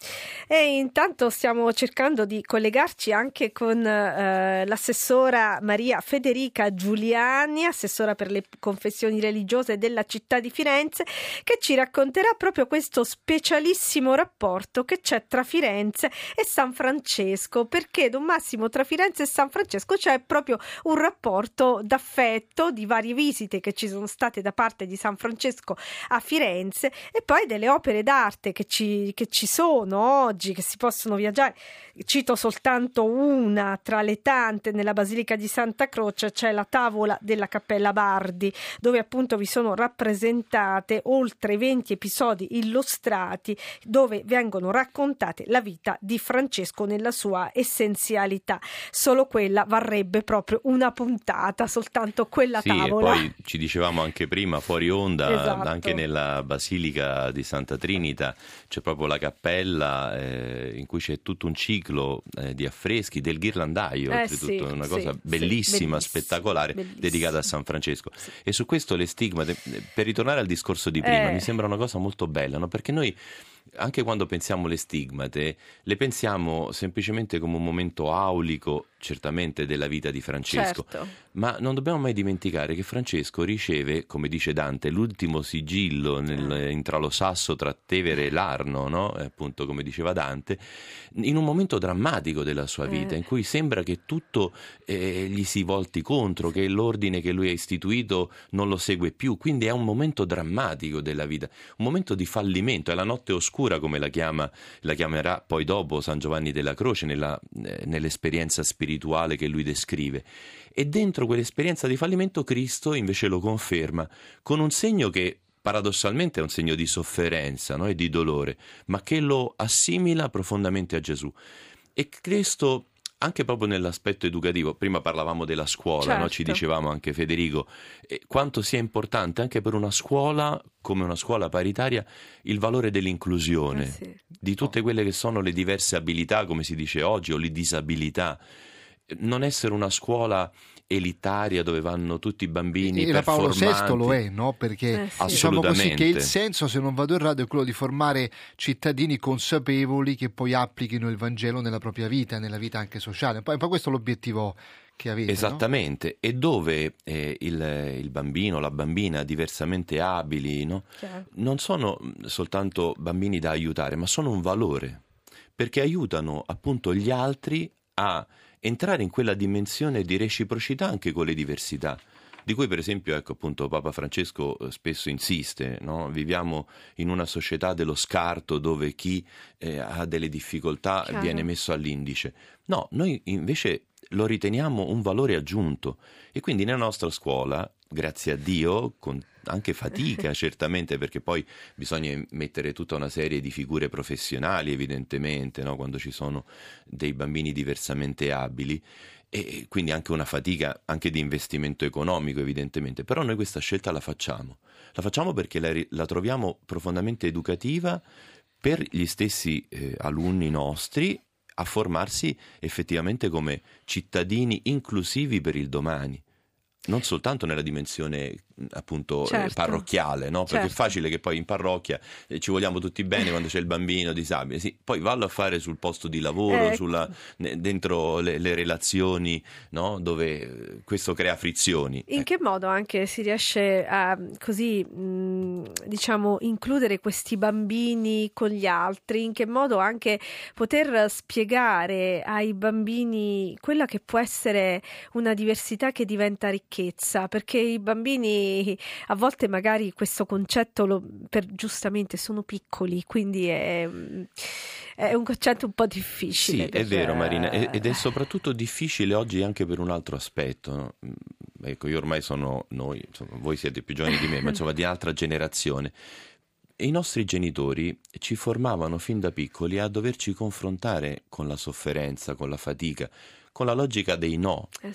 E intanto stiamo cercando di collegarci anche con eh, l'assessora Maria Federica Giuliani, assessora per le confessioni religiose della città di Firenze, che ci racconterà proprio questo specialissimo rapporto che c'è tra Firenze e San Francesco, perché Don Massimo, tra Firenze e San Francesco c'è proprio un rapporto d'affetto, di varie visite che ci sono state da parte di San Francesco a Firenze, e poi delle opere d'arte che ci, che ci sono oggi, che si possono viaggiare. Cito soltanto una tra le tante. Nella Basilica di Santa Croce c'è la tavola della Cappella Bardi, dove appunto vi sono rappresentate oltre venti episodi illustrati dove vengono raccontate la vita di Francesco nella sua essenzialità. Solo quella varrebbe proprio una puntata, soltanto quella sì, tavola. E poi ci dicevamo anche prima fuori onda, esatto. Anche nella Basilica di Santa Trinita c'è proprio la cappella eh, in cui c'è tutto un ciclo eh, di affreschi del ghirlandaio, eh, oltretutto sì, una sì, cosa sì, bellissima, bellissima, spettacolare, bellissima. dedicata a San Francesco. Sì. E su questo le stigmate, per ritornare al discorso di prima, eh. mi sembra una cosa molto bella, no? Perché noi anche quando pensiamo le stigmate, le pensiamo semplicemente come un momento aulico, certamente, della vita di Francesco. Certo. Ma non dobbiamo mai dimenticare che Francesco riceve, come dice Dante, l'ultimo sigillo nel, in tra lo sasso tra Tevere e l'Arno, no? Eh, appunto, come diceva Dante, in un momento drammatico della sua vita, eh. in cui sembra che tutto eh, gli si volti contro, che l'ordine che lui ha istituito non lo segue più. Quindi è un momento drammatico della vita, un momento di fallimento, è la notte oscura, come la chiama, la chiamerà poi dopo San Giovanni della Croce nella, eh, nell'esperienza spirituale che lui descrive. E dentro quell'esperienza di fallimento Cristo invece lo conferma con un segno che paradossalmente è un segno di sofferenza, no? E di dolore, ma che lo assimila profondamente a Gesù. E Cristo, anche proprio nell'aspetto educativo, prima parlavamo della scuola, certo. no? Ci dicevamo anche Federico, eh, quanto sia importante anche per una scuola, come una scuola paritaria, il valore dell'inclusione, eh sì. di tutte quelle che sono le diverse abilità, come si dice oggi, o le disabilità. Non essere una scuola elitaria dove vanno tutti i bambini e la Paolo performanti. sesto lo è, no? Perché eh sì. diciamo così che il Assolutamente. senso, se non vado errato, è quello di formare cittadini consapevoli che poi applichino il Vangelo nella propria vita, nella vita anche sociale. Poi, poi questo è l'obiettivo che avete. Esattamente, no? E dove eh, il, il bambino, la bambina diversamente abili, no? Non sono soltanto bambini da aiutare, ma sono un valore, perché aiutano appunto gli altri a entrare in quella dimensione di reciprocità anche con le diversità, di cui per esempio ecco appunto Papa Francesco spesso insiste, no? Viviamo in una società dello scarto dove chi eh, ha delle difficoltà Chiaro. viene messo all'indice. No, noi invece lo riteniamo un valore aggiunto, e quindi nella nostra scuola, grazie a Dio, con anche fatica certamente, perché poi bisogna mettere tutta una serie di figure professionali evidentemente, no? Quando ci sono dei bambini diversamente abili, e quindi anche una fatica anche di investimento economico evidentemente, però noi questa scelta la facciamo, la facciamo perché la, la troviamo profondamente educativa per gli stessi eh, alunni nostri, a formarsi effettivamente come cittadini inclusivi per il domani, non soltanto nella dimensione appunto certo. eh, parrocchiale, no? Perché certo. è facile che poi in parrocchia eh, ci vogliamo tutti bene quando c'è il bambino disabile, sì, poi vallo a fare sul posto di lavoro, eh. sulla, ne, dentro le, le relazioni, no? Dove eh, questo crea frizioni. In eh. che modo anche si riesce a così mh, diciamo includere questi bambini con gli altri? In che modo anche poter spiegare ai bambini quella che può essere una diversità che diventa ricchezza? Perché i bambini a volte magari questo concetto lo, per, giustamente sono piccoli, quindi è, è un concetto un po' difficile. Sì, per, è vero Marina, ed è soprattutto difficile oggi anche per un altro aspetto, no? Ecco, io ormai sono, noi, insomma, voi siete più giovani di me, ma insomma di altra generazione. E i nostri genitori ci formavano fin da piccoli a doverci confrontare con la sofferenza, con la fatica, con la logica dei no. Eh sì.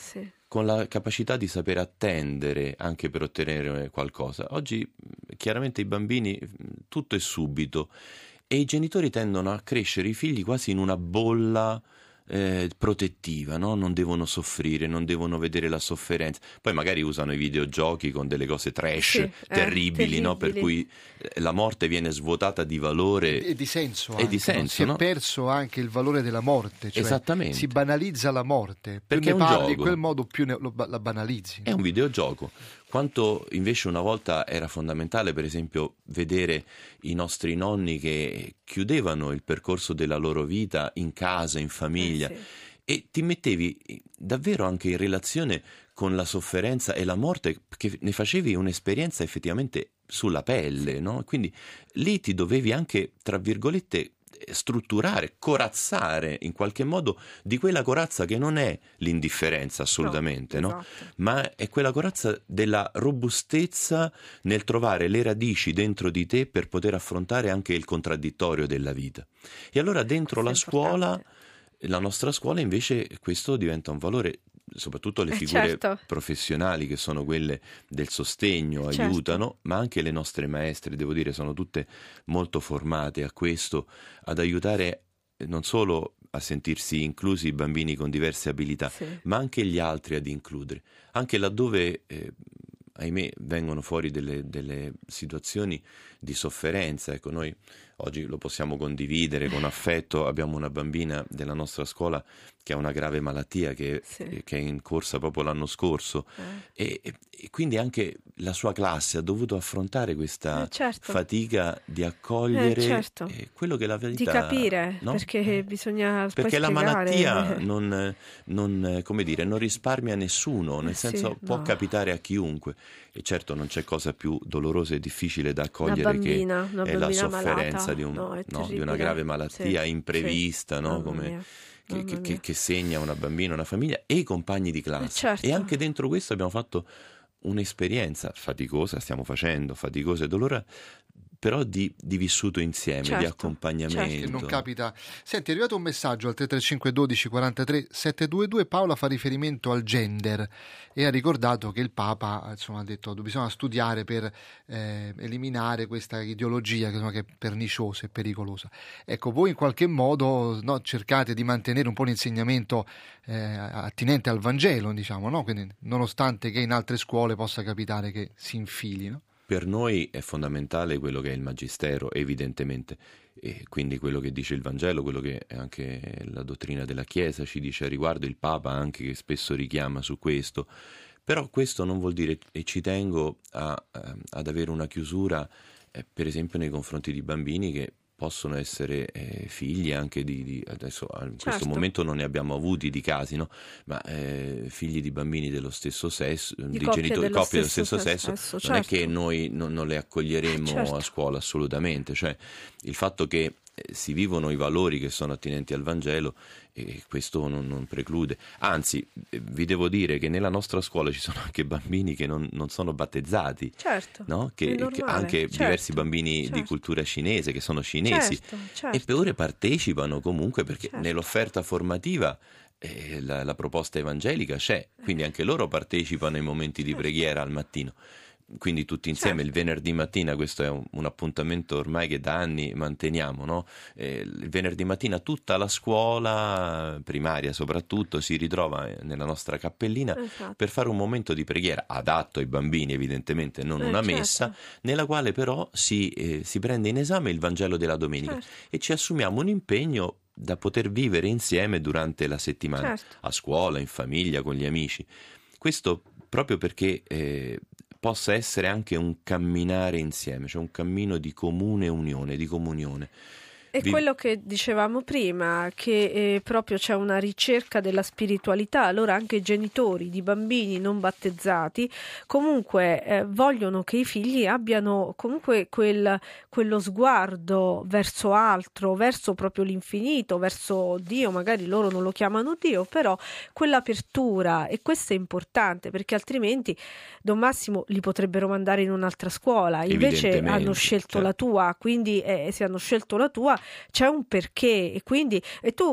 con la capacità di saper attendere anche per ottenere qualcosa. Oggi chiaramente i bambini tutto è subito e i genitori tendono a crescere i figli quasi in una bolla Eh, protettiva, no? Non devono soffrire, non devono vedere la sofferenza. Poi magari usano i videogiochi con delle cose trash, sì, terribili, eh, no? Per cui la morte viene svuotata di valore e di senso, e anche, di senso, no? Si è no? perso anche il valore della morte, cioè Esattamente. si banalizza la morte, più Perché ne è un parli gioco. in quel modo più ne, lo, la banalizzi. È un videogioco. Quanto invece una volta era fondamentale, per esempio, vedere i nostri nonni che chiudevano il percorso della loro vita in casa, in famiglia, Eh sì. e ti mettevi davvero anche in relazione con la sofferenza e la morte, che ne facevi un'esperienza effettivamente sulla pelle, no? Quindi lì ti dovevi anche, tra virgolette, strutturare, corazzare in qualche modo di quella corazza che non è l'indifferenza assolutamente, No, no? esatto. Ma è quella corazza della robustezza nel trovare le radici dentro di te per poter affrontare anche il contraddittorio della vita. E allora dentro Questo è la scuola, importante. la nostra scuola invece, questo diventa un valore, soprattutto le Eh, figure certo. professionali che sono quelle del sostegno, Certo. aiutano, ma anche le nostre maestre, devo dire, sono tutte molto formate a questo, ad aiutare non solo a sentirsi inclusi i bambini con diverse abilità, Sì. ma anche gli altri ad includere, anche laddove eh, ahimè vengono fuori delle, delle situazioni di sofferenza. Ecco, noi oggi lo possiamo condividere con affetto, abbiamo una bambina della nostra scuola che ha una grave malattia che, Sì. che è in corsa proprio l'anno scorso Eh. e, e quindi anche la sua classe ha dovuto affrontare questa Eh, certo. fatica di accogliere Eh, certo. eh, quello che la verità, Di capire, no? perché bisogna poi Perché la spiegare. malattia non, non, come dire, non risparmia nessuno, nel Eh sì, senso può no. capitare a chiunque e certo non c'è cosa più dolorosa e difficile da accogliere bambina, che una è la bambina sofferenza malata. di, un, No, è no, di una terribile. grave malattia Sì, imprevista, sì. no? Mamma Come, mia. che, Mamma che- mia. che segna una bambina, una famiglia e i compagni di classe. Eh, certo. E anche dentro questo abbiamo fatto un'esperienza faticosa, stiamo facendo, faticosa e dolorosa, però di, di vissuto insieme, Certo, di accompagnamento. Che non capita. Senti, è arrivato un messaggio al tre tre cinque uno due quarantatré settecentoventidue. Paola fa riferimento al gender e ha ricordato che il Papa, insomma, ha detto che bisogna studiare per eh, eliminare questa ideologia che, insomma, che è perniciosa e pericolosa. Ecco, voi in qualche modo, no, cercate di mantenere un po' l'insegnamento eh, attinente al Vangelo, diciamo, no? Quindi, nonostante che in altre scuole possa capitare che si infili, no? Per noi è fondamentale quello che è il Magistero, evidentemente, e quindi quello che dice il Vangelo, quello che è anche la dottrina della Chiesa ci dice a riguardo, il Papa anche che spesso richiama su questo, però questo non vuol dire, e ci tengo a, a, ad avere una chiusura, eh, per esempio nei confronti di bambini che possono essere eh, figli anche di, di adesso in questo Certo. momento non ne abbiamo avuti di casi, no? Ma eh, figli di bambini dello stesso sesso, di, coppie genitori dello coppie dello stesso stesso sesso, sesso, non certo. è che noi non, non le accoglieremo Eh, certo. a scuola assolutamente, cioè il fatto che eh, si vivono i valori che sono attinenti al Vangelo e questo non, non preclude, anzi eh, vi devo dire che nella nostra scuola ci sono anche bambini che non, non sono battezzati, Certo. no? È che, che normale, anche certo, diversi bambini certo. di cultura cinese che sono cinesi Certo, certo. eppure partecipano comunque perché Certo. nell'offerta formativa eh, la, la proposta evangelica c'è, quindi anche loro partecipano ai momenti di preghiera al mattino. Quindi tutti insieme Certo. il venerdì mattina, questo è un, un appuntamento ormai che da anni manteniamo, no? Eh, il venerdì mattina tutta la scuola primaria soprattutto si ritrova nella nostra cappellina Esatto. per fare un momento di preghiera adatto ai bambini, evidentemente non Eh, una certo. messa, nella quale però si, eh, si prende in esame il Vangelo della domenica Certo. e ci assumiamo un impegno da poter vivere insieme durante la settimana, Certo. a scuola, in famiglia, con gli amici. Questo proprio perché eh, possa essere anche un camminare insieme, cioè un cammino di comune unione, di comunione. E Vi- quello che dicevamo prima, che eh, proprio c'è una ricerca della spiritualità, allora anche i genitori di bambini non battezzati comunque eh, vogliono che i figli abbiano comunque quel, quello sguardo verso altro, verso proprio l'infinito, verso Dio, magari loro non lo chiamano Dio, però quell'apertura, e questo è importante perché altrimenti Don Massimo li potrebbero mandare in un'altra scuola, invece Evidentemente, hanno scelto certo. la tua, quindi eh, se hanno scelto la tua c'è un perché, e quindi e tu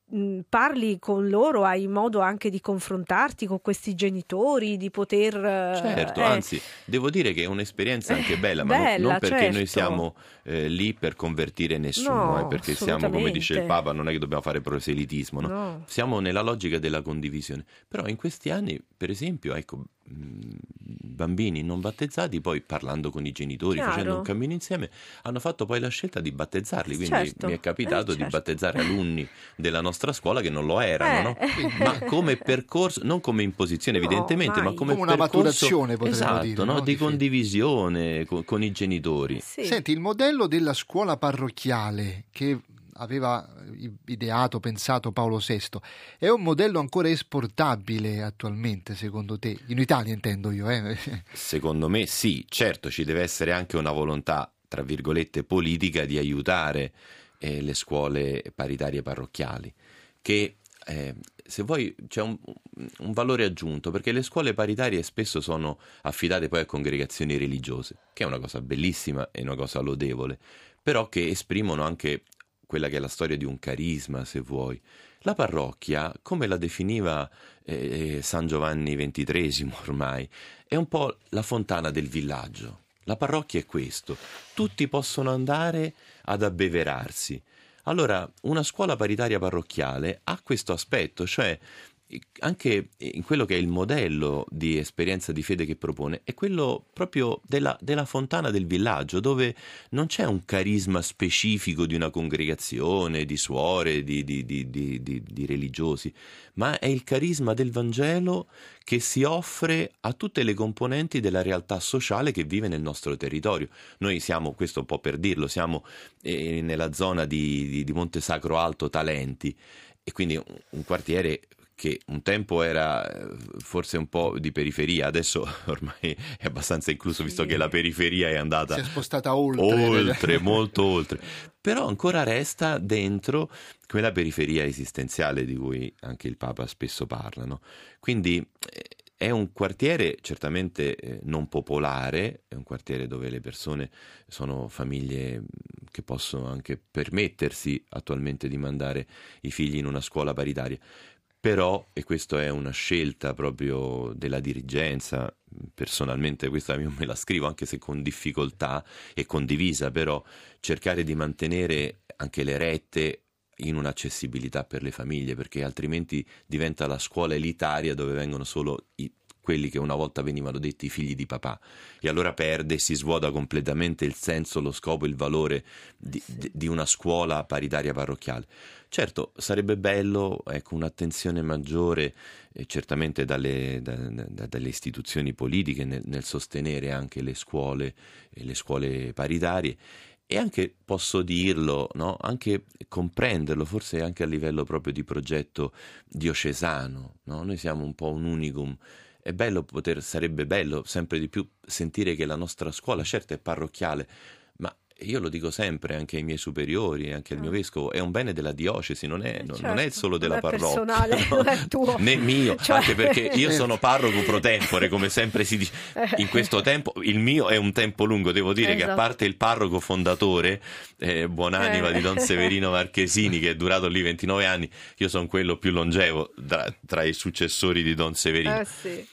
mh, parli con loro, hai modo anche di confrontarti con questi genitori, di poter... Certo, eh, anzi, devo dire che è un'esperienza anche bella, ma non- bella, non perché certo. noi siamo eh, lì per convertire nessuno, No, eh, perché siamo, come dice il assolutamente. Papa, non è che dobbiamo fare proselitismo, no? No. Siamo nella logica della condivisione. Però in questi anni, per esempio, ecco, mh, bambini non battezzati, poi parlando con i genitori, Chiaro. facendo un cammino insieme, hanno fatto poi la scelta di battezzarli. Quindi Certo. mi è capitato Eh, di certo. battezzare alunni della nostra scuola che non lo erano, Eh. no? Ma come percorso, non come imposizione No, evidentemente, ma mai. come, Come una percorso, maturazione, potremmo esatto, dire, no? no? Di Di fede. condivisione con, con i genitori. Sì. Senti, il modello della scuola parrocchiale che aveva ideato, pensato Paolo sesto, è un modello ancora esportabile attualmente, secondo te? In Italia intendo io, eh? Secondo me sì, certo ci deve essere anche una volontà, tra virgolette, politica di aiutare eh, le scuole paritarie parrocchiali, che eh, se vuoi c'è un, un valore aggiunto, perché le scuole paritarie spesso sono affidate poi a congregazioni religiose, che è una cosa bellissima e una cosa lodevole, però che esprimono anche quella che è la storia di un carisma, se vuoi. La parrocchia, come la definiva eh, San Giovanni ventitresimo ormai, è un po' la fontana del villaggio. La parrocchia è questo, tutti possono andare ad abbeverarsi. Allora, una scuola paritaria parrocchiale ha questo aspetto, cioè anche in quello che è il modello di esperienza di fede che propone, è quello proprio della, della fontana del villaggio, dove non c'è un carisma specifico di una congregazione, di suore, di, di, di, di, di, di religiosi, ma è il carisma del Vangelo che si offre a tutte le componenti della realtà sociale che vive nel nostro territorio. Noi siamo, questo un po' per dirlo, siamo eh, nella zona di, di, di Monte Sacro Alto Talenti, e quindi un, un quartiere che un tempo era forse un po' di periferia, adesso ormai è abbastanza incluso, visto Sì. che la periferia è andata Si è spostata oltre. oltre, molto oltre, però ancora resta dentro quella periferia esistenziale di cui anche il Papa spesso parla, no? Quindi eh, è un quartiere certamente eh, non popolare, è un quartiere dove le persone sono famiglie che possono anche permettersi attualmente di mandare i figli in una scuola paritaria. Però, e questa è una scelta proprio della dirigenza, personalmente questa io me la scrivo anche se con difficoltà e condivisa, però cercare di mantenere anche le rette in un'accessibilità per le famiglie, perché altrimenti diventa la scuola elitaria dove vengono solo i quelli che una volta venivano detti i figli di papà, e allora perde e si svuota completamente il senso, lo scopo, il valore di, di, di una scuola paritaria parrocchiale. Certo, sarebbe bello, ecco, un'attenzione maggiore, eh, certamente dalle, da, da, dalle istituzioni politiche nel, nel sostenere anche le scuole, eh, le scuole paritarie, e anche, posso dirlo, no? Anche comprenderlo, forse anche a livello proprio di progetto diocesano, no? Noi siamo un po' un unicum. È bello poter, sarebbe bello sempre di più sentire che la nostra scuola, certo è parrocchiale, ma io lo dico sempre anche ai miei superiori, anche al mio vescovo, è un bene della diocesi, non è, non, Certo, non è solo della non è parrocchia, personale, no? non è tuo. Né mio, Cioè- anche perché io sono parroco pro tempore, come sempre si dice. In questo tempo, il mio è un tempo lungo, devo dire che a Esatto. parte il parroco fondatore, eh, buonanima Eh. di Don Severino Marchesini, che è durato lì ventinove anni, io sono quello più longevo tra, tra i successori di Don Severino. Eh sì.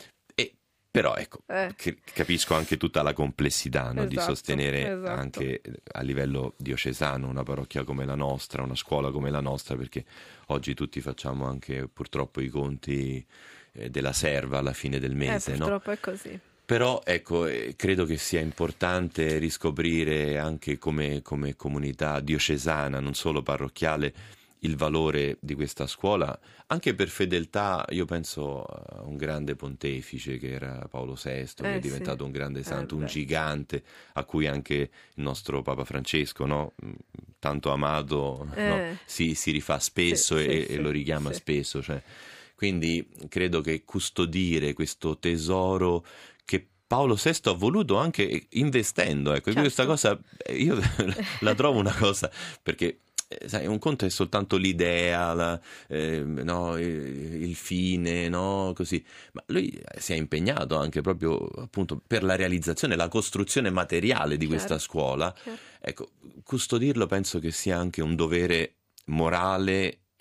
Però ecco, Eh. che- capisco anche tutta la complessità, no, di Esatto, sostenere esatto. anche a livello diocesano una parrocchia come la nostra, una scuola come la nostra, perché oggi tutti facciamo anche purtroppo i conti eh, della serva alla fine del mese, eh, no? purtroppo è così. Però ecco, eh, credo che sia importante riscoprire anche come, come comunità diocesana, non solo parrocchiale, il valore di questa scuola, anche per fedeltà. Io penso a un grande pontefice che era Paolo sesto, che Eh, è diventato sì. un grande santo, Eh, un beh. gigante, a cui anche il nostro Papa Francesco, no? Tanto amato, Eh. no? si, si rifà spesso Sì, e, sì, e sì, lo richiama sì. spesso. Cioè. Quindi credo che custodire questo tesoro che Paolo sesto ha voluto anche investendo, ecco, Certo. questa cosa eh, io la trovo una cosa, perché eh, sai, un conto è soltanto l'idea, la, eh, no, il, il fine, no, così, ma lui si è impegnato anche proprio appunto per la realizzazione, la costruzione materiale di questa Certo. scuola. Certo. Ecco, custodirlo penso che sia anche un dovere morale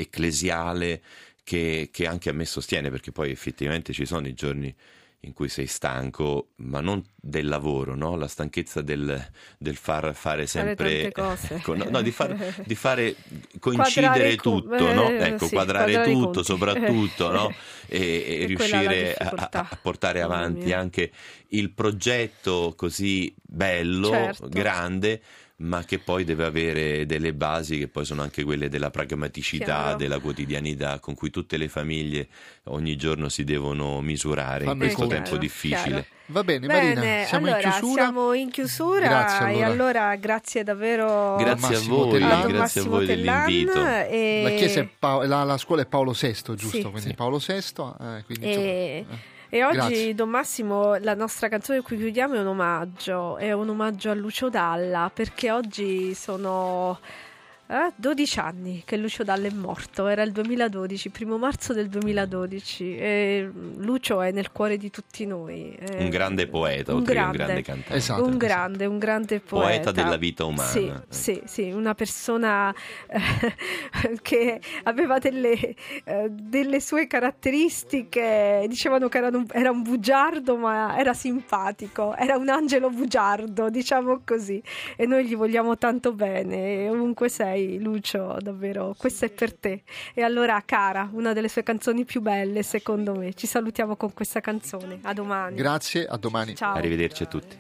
ecclesiale che, che anche a me sostiene, perché poi effettivamente ci sono i giorni in cui sei stanco, ma non del lavoro, no? La stanchezza del, del far fare sempre fare tante cose. Ecco, no, no, di, far, di fare coincidere Quadrare tutto, eh, no? Ecco, sì, quadrare, quadrare tutto soprattutto, no? E, e, e riuscire a, a portare avanti anche il progetto così bello, certo. grande, ma che poi deve avere delle basi che poi sono anche quelle della pragmaticità, Chiaro. della quotidianità con cui tutte le famiglie ogni giorno si devono misurare Fammi in questo chiaro, tempo difficile. chiaro. Va bene, Bene, Marina, siamo allora, in chiusura. Siamo in chiusura Grazie, allora. e allora grazie davvero Grazie a Massimo voi, Tellan. a Don grazie a Massimo voi Tellan dell'invito. e... La, chiesa è Pa- la, la scuola è Paolo sesto, giusto? Sì. Quindi Sì. Paolo sesto. Eh, quindi, E, insomma, eh. e oggi, Grazie. Don Massimo, la nostra canzone con cui chiudiamo è un omaggio, è un omaggio a Lucio Dalla, perché oggi sono eh, dodici anni che Lucio Dalla è morto, era il duemiladodici, primo marzo del duemiladodici, e Lucio è nel cuore di tutti noi. È Un grande poeta, un oltre che un grande, grande cantante. Esatto. un grande, un grande poeta. Poeta della vita umana. Sì, sì, sì, una persona eh, che aveva delle, eh, delle sue caratteristiche, dicevano che era un, era un bugiardo, ma era simpatico, era un angelo bugiardo, diciamo così, e noi gli vogliamo tanto bene, e ovunque sei, Lucio, davvero, questo è per te. E allora, Cara, una delle sue canzoni più belle, secondo me. Ci salutiamo con questa canzone. A domani. Grazie, a domani. Ciao. Arrivederci a tutti.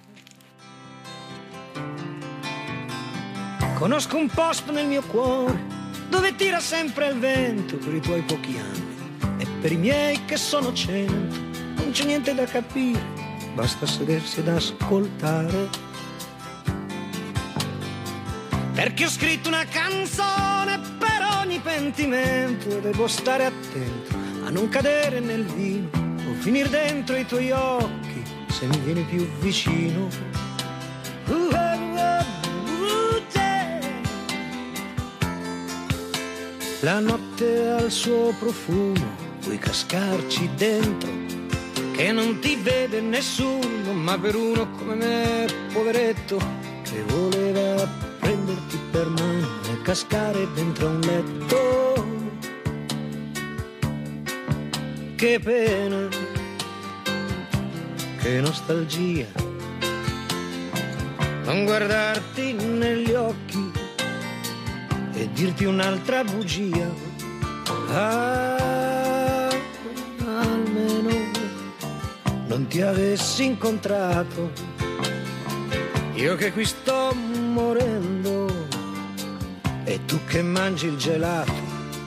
Conosco un posto nel mio cuore dove tira sempre il vento per i tuoi pochi anni e per i miei che sono cento. Non c'è niente da capire, basta sedersi ed ascoltare. Perché ho scritto una canzone per ogni pentimento e devo stare attento a non cadere nel vino o finire dentro i tuoi occhi se mi vieni più vicino. Uh, uh, uh, uh, yeah. La notte ha il suo profumo, puoi cascarci dentro, che non ti vede nessuno, ma per uno come me, poveretto, che voleva prenderti per mano e cascare dentro un letto. Che pena, che nostalgia, non guardarti negli occhi e dirti un'altra bugia. Ah, almeno non ti avessi incontrato, io che qui sto morendo e tu che mangi il gelato.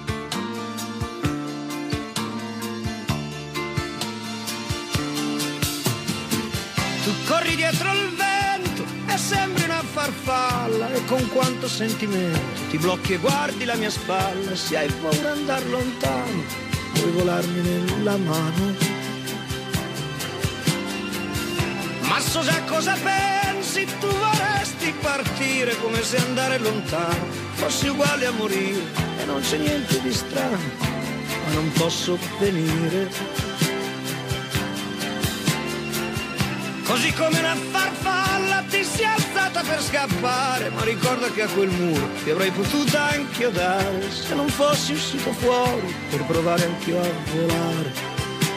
Tu corri dietro il vento e sembri una farfalla, e con quanto sentimento ti blocchi e guardi la mia spalla. Se hai paura di andar lontano, puoi volarmi nella mano. Ma so già cosa pensi, tu vorresti partire come se andare lontano fosse uguale a morire, e non c'è niente di strano, ma non posso venire. Così come una farfalla ti sei alzata per scappare, ma ricorda che a quel muro ti avrei potuto inchiodare se non fossi uscito fuori per provare anch'io a volare.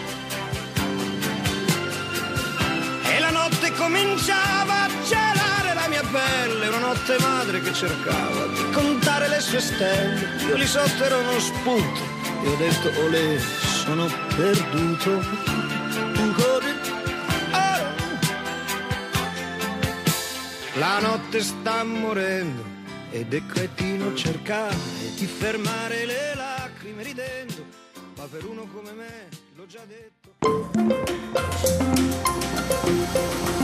Cominciava a gelare la mia pelle, una notte madre che cercava di contare le sue stelle. Io lì sotto ero uno spunto e ho detto olè, sono perduto. La notte sta morendo ed è cretino cercare di fermare le lacrime ridendo, ma per uno come me l'ho già detto.